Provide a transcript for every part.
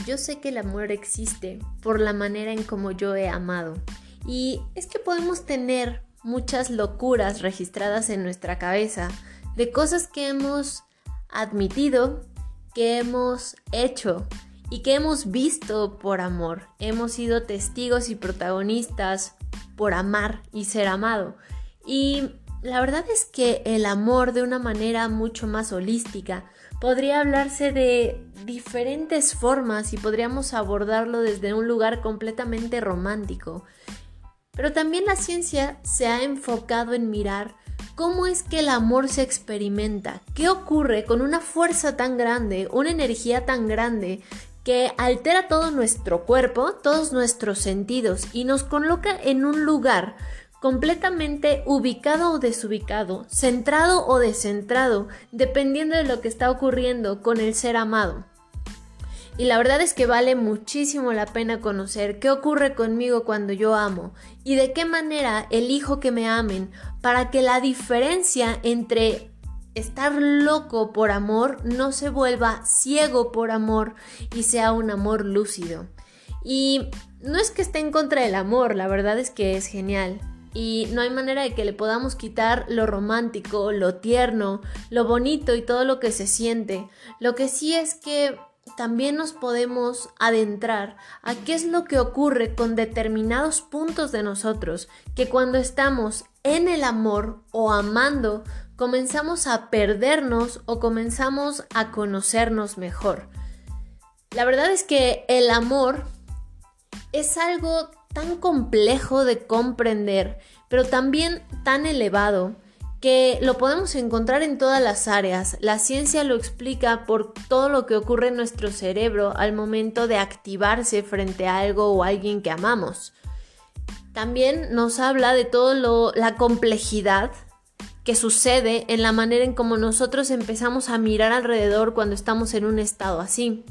yo sé que el amor existe por la manera en como yo he amado. Y es que podemos tener muchas locuras registradas en nuestra cabeza de cosas que hemos admitido, que hemos hecho y que hemos visto por amor. Hemos sido testigos y protagonistas por amar y ser amado. Y la verdad es que el amor, de una manera mucho más holística, podría hablarse de diferentes formas y podríamos abordarlo desde un lugar completamente romántico. Pero también la ciencia se ha enfocado en mirar cómo es que el amor se experimenta, qué ocurre con una fuerza tan grande, una energía tan grande que altera todo nuestro cuerpo, todos nuestros sentidos y nos coloca en un lugar completamente ubicado o desubicado, centrado o descentrado, dependiendo de lo que está ocurriendo con el ser amado. Y la verdad es que vale muchísimo la pena conocer qué ocurre conmigo cuando yo amo y de qué manera elijo que me amen para que la diferencia entre estar loco por amor no se vuelva ciego por amor y sea un amor lúcido. Y no es que esté en contra del amor, la verdad es que es genial. Y no hay manera de que le podamos quitar lo romántico, lo tierno, lo bonito y todo lo que se siente. Lo que sí es que también nos podemos adentrar a qué es lo que ocurre con determinados puntos de nosotros, que cuando estamos en el amor o amando, comenzamos a perdernos o comenzamos a conocernos mejor. La verdad es que el amor es algo tan complejo de comprender, pero también tan elevado, que lo podemos encontrar en todas las áreas. La ciencia lo explica por todo lo que ocurre en nuestro cerebro al momento de activarse frente a algo o alguien que amamos. También nos habla de toda la complejidad que sucede en la manera en cómo nosotros empezamos a mirar alrededor cuando estamos en un estado así.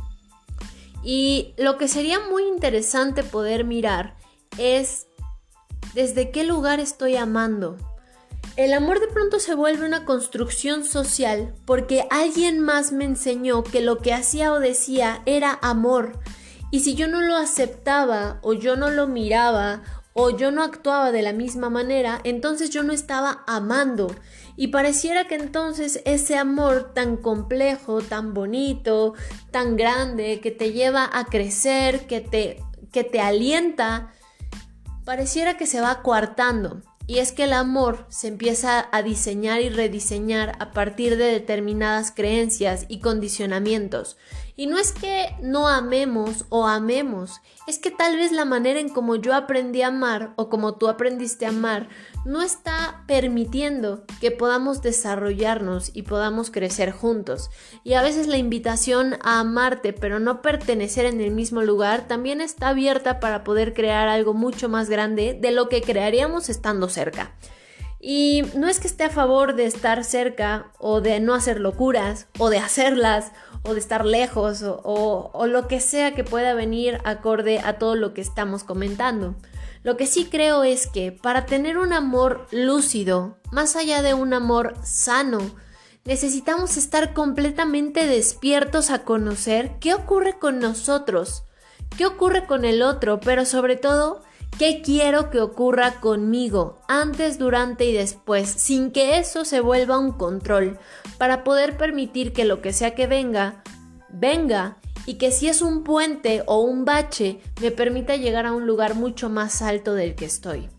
Y lo que sería muy interesante poder mirar es desde qué lugar estoy amando. El amor de pronto se vuelve una construcción social porque alguien más me enseñó que lo que hacía o decía era amor. Y si yo no lo aceptaba o yo no lo miraba o yo no actuaba de la misma manera, entonces yo no estaba amando. Y pareciera que entonces ese amor tan complejo, tan bonito, tan grande, que te lleva a crecer, que te alienta, pareciera que se va coartando. Y es que el amor se empieza a diseñar y rediseñar a partir de determinadas creencias y condicionamientos. Y no es que no amemos o amemos, es que tal vez la manera en como yo aprendí a amar o como tú aprendiste a amar no está permitiendo que podamos desarrollarnos y podamos crecer juntos. Y a veces la invitación a amarte pero no pertenecer en el mismo lugar también está abierta para poder crear algo mucho más grande de lo que crearíamos estando cerca. Y no es que esté a favor de estar cerca o de no hacer locuras o de hacerlas o de estar lejos o lo que sea que pueda venir acorde a todo lo que estamos comentando. Lo que sí creo es que para tener un amor lúcido, más allá de un amor sano, necesitamos estar completamente despiertos a conocer qué ocurre con nosotros, qué ocurre con el otro, pero sobre todo ¿qué quiero que ocurra conmigo antes, durante y después, sin que eso se vuelva un control, para poder permitir que lo que sea que venga, venga, y que si es un puente o un bache, me permita llegar a un lugar mucho más alto del que estoy?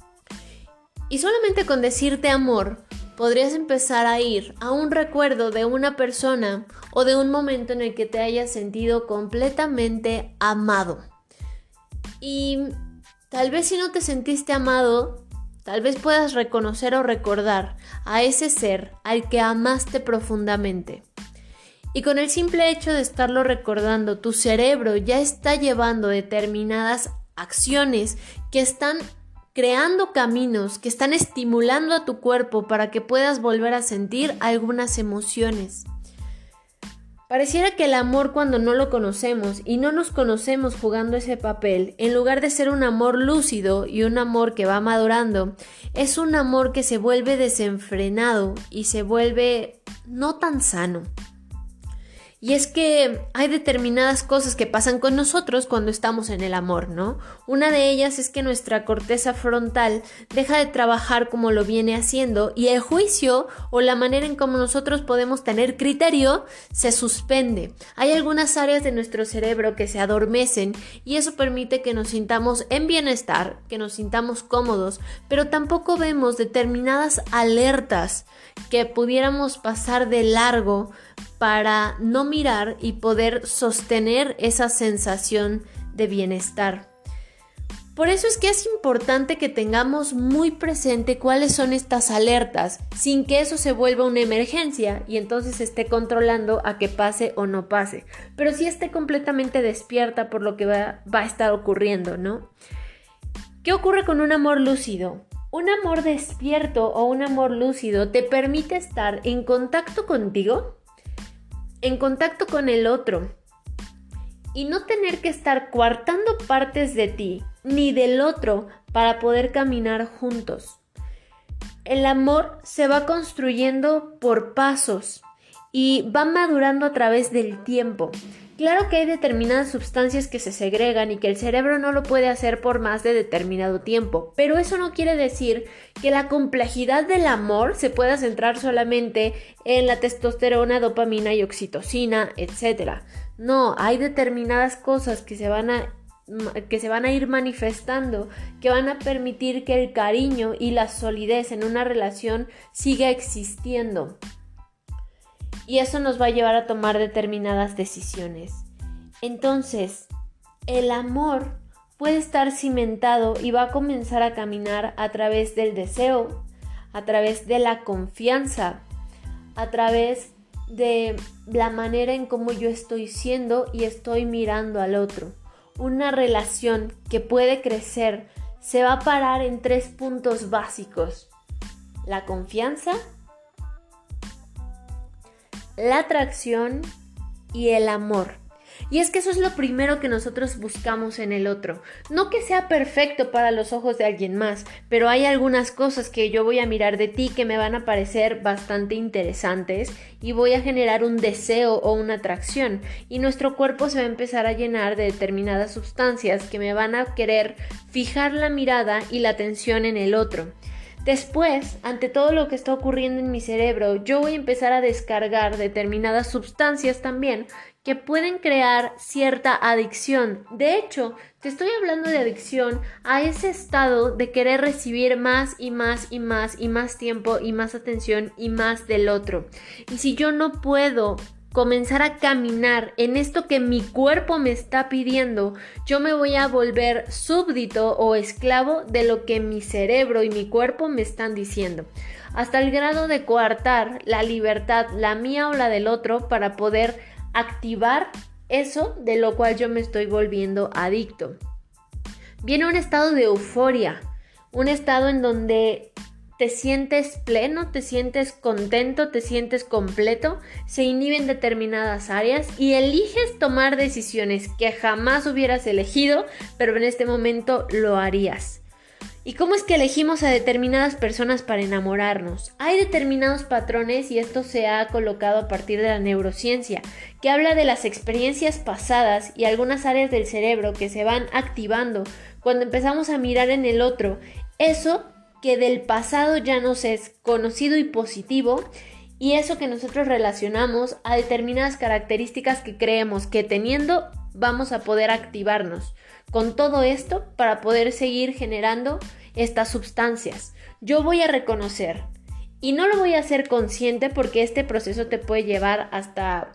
Y solamente con decirte amor, podrías empezar a ir a un recuerdo de una persona o de un momento en el que te hayas sentido completamente amado. Y tal vez si no te sentiste amado, tal vez puedas reconocer o recordar a ese ser al que amaste profundamente. Y con el simple hecho de estarlo recordando, tu cerebro ya está llevando determinadas acciones que están creando caminos, que están estimulando a tu cuerpo para que puedas volver a sentir algunas emociones. Pareciera que el amor, cuando no lo conocemos y no nos conocemos jugando ese papel, en lugar de ser un amor lúcido y un amor que va madurando, es un amor que se vuelve desenfrenado y se vuelve no tan sano. Y es que hay determinadas cosas que pasan con nosotros cuando estamos en el amor, ¿no? Una de ellas es que nuestra corteza frontal deja de trabajar como lo viene haciendo y el juicio o la manera en cómo nosotros podemos tener criterio se suspende. Hay algunas áreas de nuestro cerebro que se adormecen y eso permite que nos sintamos en bienestar, que nos sintamos cómodos, pero tampoco vemos determinadas alertas que pudiéramos pasar de largo para no mirar y poder sostener esa sensación de bienestar. Por eso es que es importante que tengamos muy presente cuáles son estas alertas, sin que eso se vuelva una emergencia y entonces esté controlando a que pase o no pase, pero sí esté completamente despierta por lo que va a estar ocurriendo, ¿no? ¿Qué ocurre con un amor lúcido? Un amor despierto o un amor lúcido te permite estar en contacto contigo, en contacto con el otro y no tener que estar coartando partes de ti ni del otro para poder caminar juntos. El amor se va construyendo por pasos y va madurando a través del tiempo. Claro que hay determinadas sustancias que se segregan y que el cerebro no lo puede hacer por más de determinado tiempo, pero eso no quiere decir que la complejidad del amor se pueda centrar solamente en la testosterona, dopamina y oxitocina, etc. No, hay determinadas cosas que se van a ir manifestando, que van a permitir que el cariño y la solidez en una relación siga existiendo. Y eso nos va a llevar a tomar determinadas decisiones. Entonces, el amor puede estar cimentado y va a comenzar a caminar a través del deseo, a través de la confianza, a través de la manera en cómo yo estoy siendo y estoy mirando al otro. Una relación que puede crecer se va a parar en 3 puntos básicos: la confianza, la atracción y el amor. Y es que eso es lo primero que nosotros buscamos en el otro. No que sea perfecto para los ojos de alguien más, pero hay algunas cosas que yo voy a mirar de ti que me van a parecer bastante interesantes y voy a generar un deseo o una atracción. Y nuestro cuerpo se va a empezar a llenar de determinadas sustancias que me van a querer fijar la mirada y la atención en el otro. Después, ante todo lo que está ocurriendo en mi cerebro, yo voy a empezar a descargar determinadas sustancias también que pueden crear cierta adicción. De hecho, te estoy hablando de adicción a ese estado de querer recibir más y más y más y más tiempo y más atención y más del otro. Y si yo no puedo comenzar a caminar en esto que mi cuerpo me está pidiendo, yo me voy a volver súbdito o esclavo de lo que mi cerebro y mi cuerpo me están diciendo, hasta el grado de coartar la libertad, la mía o la del otro, para poder activar eso de lo cual yo me estoy volviendo adicto. Viene un estado de euforia, un estado en donde te sientes pleno, te sientes contento, te sientes completo, se inhiben determinadas áreas y eliges tomar decisiones que jamás hubieras elegido, pero en este momento lo harías. ¿Y cómo es que elegimos a determinadas personas para enamorarnos? Hay determinados patrones y esto se ha colocado a partir de la neurociencia, que habla de las experiencias pasadas y algunas áreas del cerebro que se van activando cuando empezamos a mirar en el otro. Eso que del pasado ya nos es conocido y positivo, y eso que nosotros relacionamos a determinadas características que creemos que teniendo vamos a poder activarnos con todo esto para poder seguir generando estas sustancias. Yo voy a reconocer, y no lo voy a hacer consciente porque este proceso te puede llevar hasta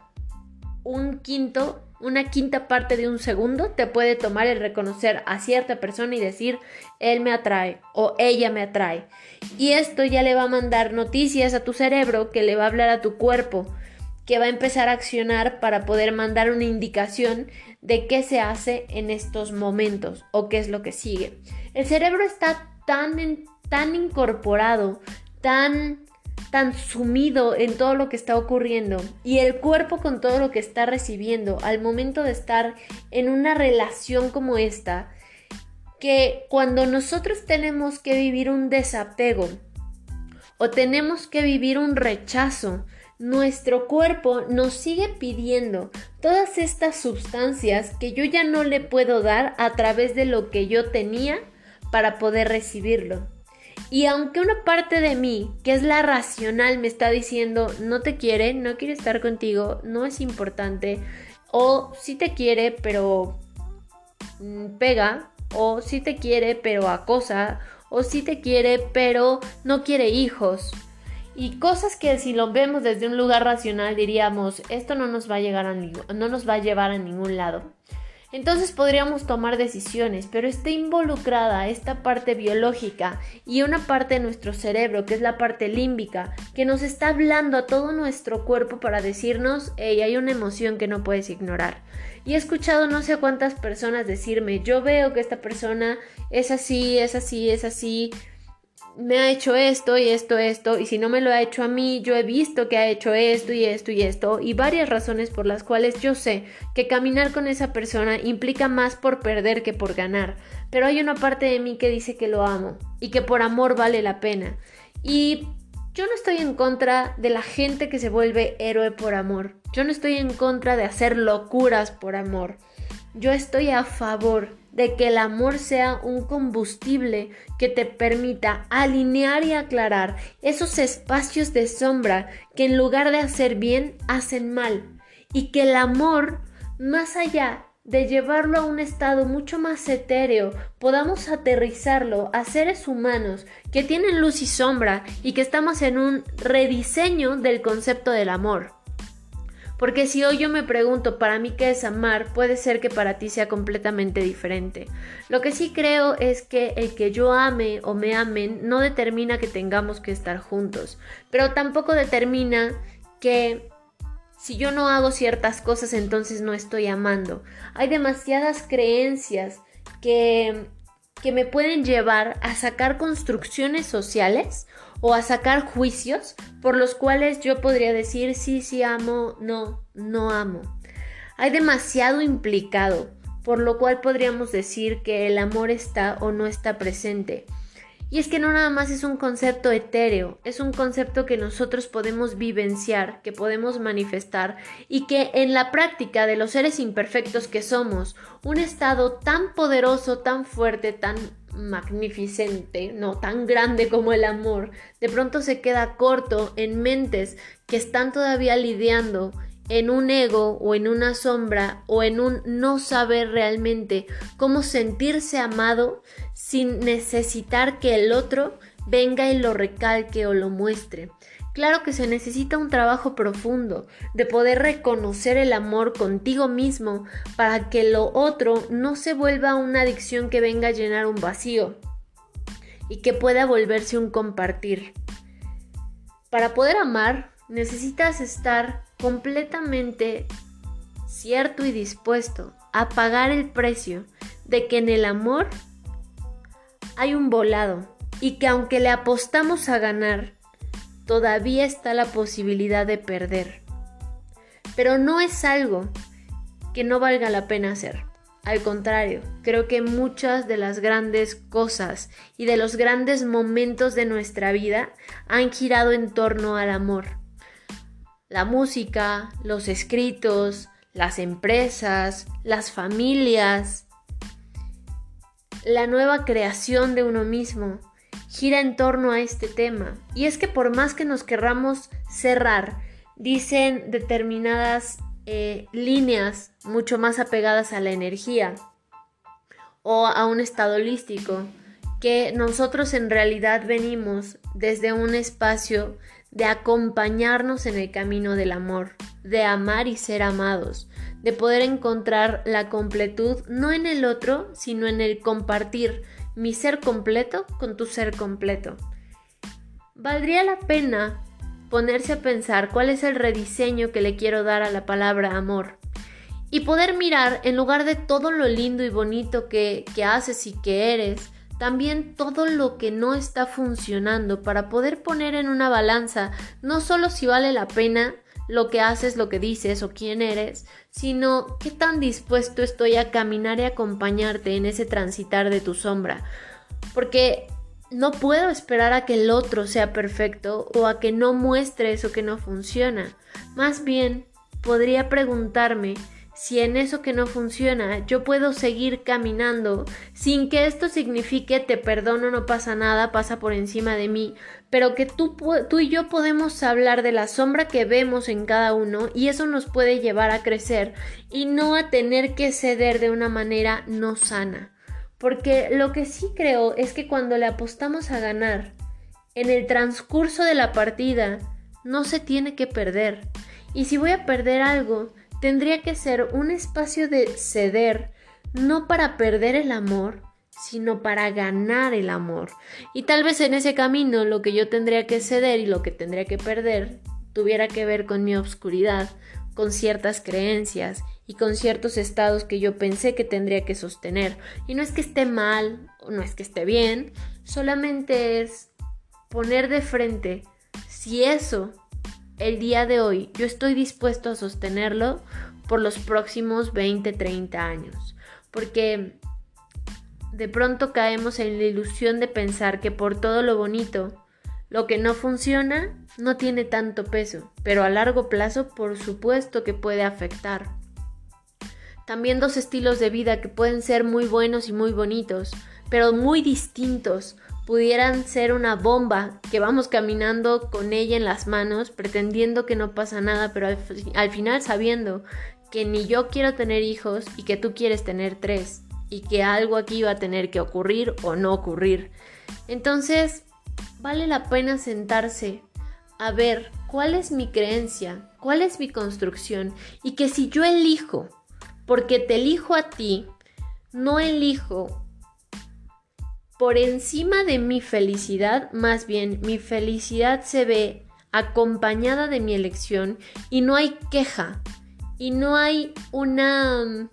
una quinta parte de un segundo te puede tomar el reconocer a cierta persona y decir, él me atrae o ella me atrae. Y esto ya le va a mandar noticias a tu cerebro, que le va a hablar a tu cuerpo, que va a empezar a accionar para poder mandar una indicación de qué se hace en estos momentos o qué es lo que sigue. El cerebro está tan incorporado, tan sumido en todo lo que está ocurriendo, y el cuerpo con todo lo que está recibiendo al momento de estar en una relación como esta, que cuando nosotros tenemos que vivir un desapego o tenemos que vivir un rechazo, nuestro cuerpo nos sigue pidiendo todas estas sustancias que yo ya no le puedo dar a través de lo que yo tenía para poder recibirlo. Y aunque una parte de mí, que es la racional, me está diciendo no te quiere, no quiere estar contigo, no es importante, o sí te quiere pero pega, o sí te quiere pero acosa, o sí te quiere pero no quiere hijos. Y cosas que si lo vemos desde un lugar racional diríamos, esto no nos va a llevar a ningún lado. Entonces podríamos tomar decisiones, pero está involucrada esta parte biológica y una parte de nuestro cerebro, que es la parte límbica, que nos está hablando a todo nuestro cuerpo para decirnos, hey, hay una emoción que no puedes ignorar. Y he escuchado no sé a cuántas personas decirme, yo veo que esta persona es así, me ha hecho esto y esto, y si no me lo ha hecho a mí, yo he visto que ha hecho esto y esto y esto, y varias razones por las cuales yo sé que caminar con esa persona implica más por perder que por ganar, pero hay una parte de mí que dice que lo amo y que por amor vale la pena. Y yo no estoy en contra de la gente que se vuelve héroe por amor, yo no estoy en contra de hacer locuras por amor, yo estoy a favor de que el amor sea un combustible que te permita alinear y aclarar esos espacios de sombra que en lugar de hacer bien, hacen mal. Y que el amor, más allá de llevarlo a un estado mucho más etéreo, podamos aterrizarlo a seres humanos que tienen luz y sombra y que estamos en un rediseño del concepto del amor. Porque si hoy yo me pregunto para mí qué es amar, puede ser que para ti sea completamente diferente. Lo que sí creo es que el que yo ame o me amen no determina que tengamos que estar juntos, pero tampoco determina que si yo no hago ciertas cosas entonces no estoy amando. Hay demasiadas creencias que me pueden llevar a sacar construcciones sociales o a sacar juicios por los cuales yo podría decir sí amo, no amo. Hay demasiado implicado, por lo cual podríamos decir que el amor está o no está presente. Y es que no nada más es un concepto etéreo, es un concepto que nosotros podemos vivenciar, que podemos manifestar y que en la práctica de los seres imperfectos que somos, un estado tan poderoso, tan fuerte, tan magnificente, no tan grande como el amor, de pronto se queda corto en mentes que están todavía lidiando en un ego o en una sombra o en un no saber realmente cómo sentirse amado sin necesitar que el otro venga y lo recalque o lo muestre. Claro que se necesita un trabajo profundo de poder reconocer el amor contigo mismo para que lo otro no se vuelva una adicción que venga a llenar un vacío y que pueda volverse un compartir. Para poder amar necesitas estar completamente cierto y dispuesto a pagar el precio de que en el amor hay un volado y que aunque le apostamos a ganar, todavía está la posibilidad de perder. Pero no es algo que no valga la pena hacer. Al contrario, creo que muchas de las grandes cosas y de los grandes momentos de nuestra vida han girado en torno al amor. La música, los escritos, las empresas, las familias, la nueva creación de uno mismo gira en torno a este tema. Y es que por más que nos querramos cerrar, dicen determinadas líneas mucho más apegadas a la energía o a un estado holístico, que nosotros en realidad venimos desde un espacio de acompañarnos en el camino del amor, de amar y ser amados, de poder encontrar la completud no en el otro, sino en el compartir mi ser completo con tu ser completo. Valdría la pena ponerse a pensar cuál es el rediseño que le quiero dar a la palabra amor y poder mirar, en lugar de todo lo lindo y bonito que haces y que eres, también todo lo que no está funcionando para poder poner en una balanza no solo si vale la pena lo que haces, lo que dices o quién eres, sino qué tan dispuesto estoy a caminar y acompañarte en ese transitar de tu sombra. Porque no puedo esperar a que el otro sea perfecto o a que no muestre eso que no funciona. Más bien, podría preguntarme si en eso que no funciona yo puedo seguir caminando sin que esto signifique te perdono, no pasa nada, pasa por encima de mí, pero que tú y yo podemos hablar de la sombra que vemos en cada uno y eso nos puede llevar a crecer y no a tener que ceder de una manera no sana. Porque lo que sí creo es que cuando le apostamos a ganar, en el transcurso de la partida, no se tiene que perder. Y si voy a perder algo, tendría que ser un espacio de ceder, no para perder el amor, sino para ganar el amor. Y tal vez en ese camino lo que yo tendría que ceder y lo que tendría que perder tuviera que ver con mi obscuridad, con ciertas creencias y con ciertos estados que yo pensé que tendría que sostener. Y no es que esté mal o no es que esté bien, solamente es poner de frente si eso el día de hoy yo estoy dispuesto a sostenerlo por los próximos 20, 30 años. Porque de pronto caemos en la ilusión de pensar que por todo lo bonito, lo que no funciona no tiene tanto peso, pero a largo plazo por supuesto que puede afectar. También dos estilos de vida que pueden ser muy buenos y muy bonitos, pero muy distintos, pudieran ser una bomba que vamos caminando con ella en las manos, pretendiendo que no pasa nada, pero al final sabiendo que ni yo quiero tener hijos y que tú quieres tener 3, y que algo aquí va a tener que ocurrir o no ocurrir. Entonces, vale la pena sentarse a ver cuál es mi creencia, cuál es mi construcción, y que si yo elijo, porque te elijo a ti, no elijo por encima de mi felicidad, más bien mi felicidad se ve acompañada de mi elección y no hay queja y no hay una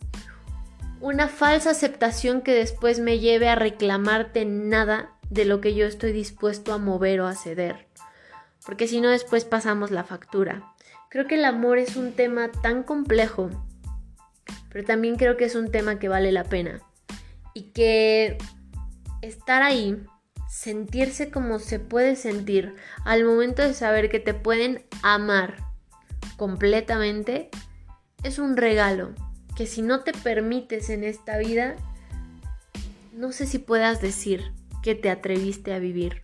falsa aceptación que después me lleve a reclamarte nada de lo que yo estoy dispuesto a mover o a ceder, porque si no después pasamos la factura. Creo que el amor es un tema tan complejo, pero también creo que es un tema que vale la pena y que estar ahí, sentirse como se puede sentir al momento de saber que te pueden amar completamente, es un regalo que si no te permites en esta vida, no sé si puedas decir que te atreviste a vivir.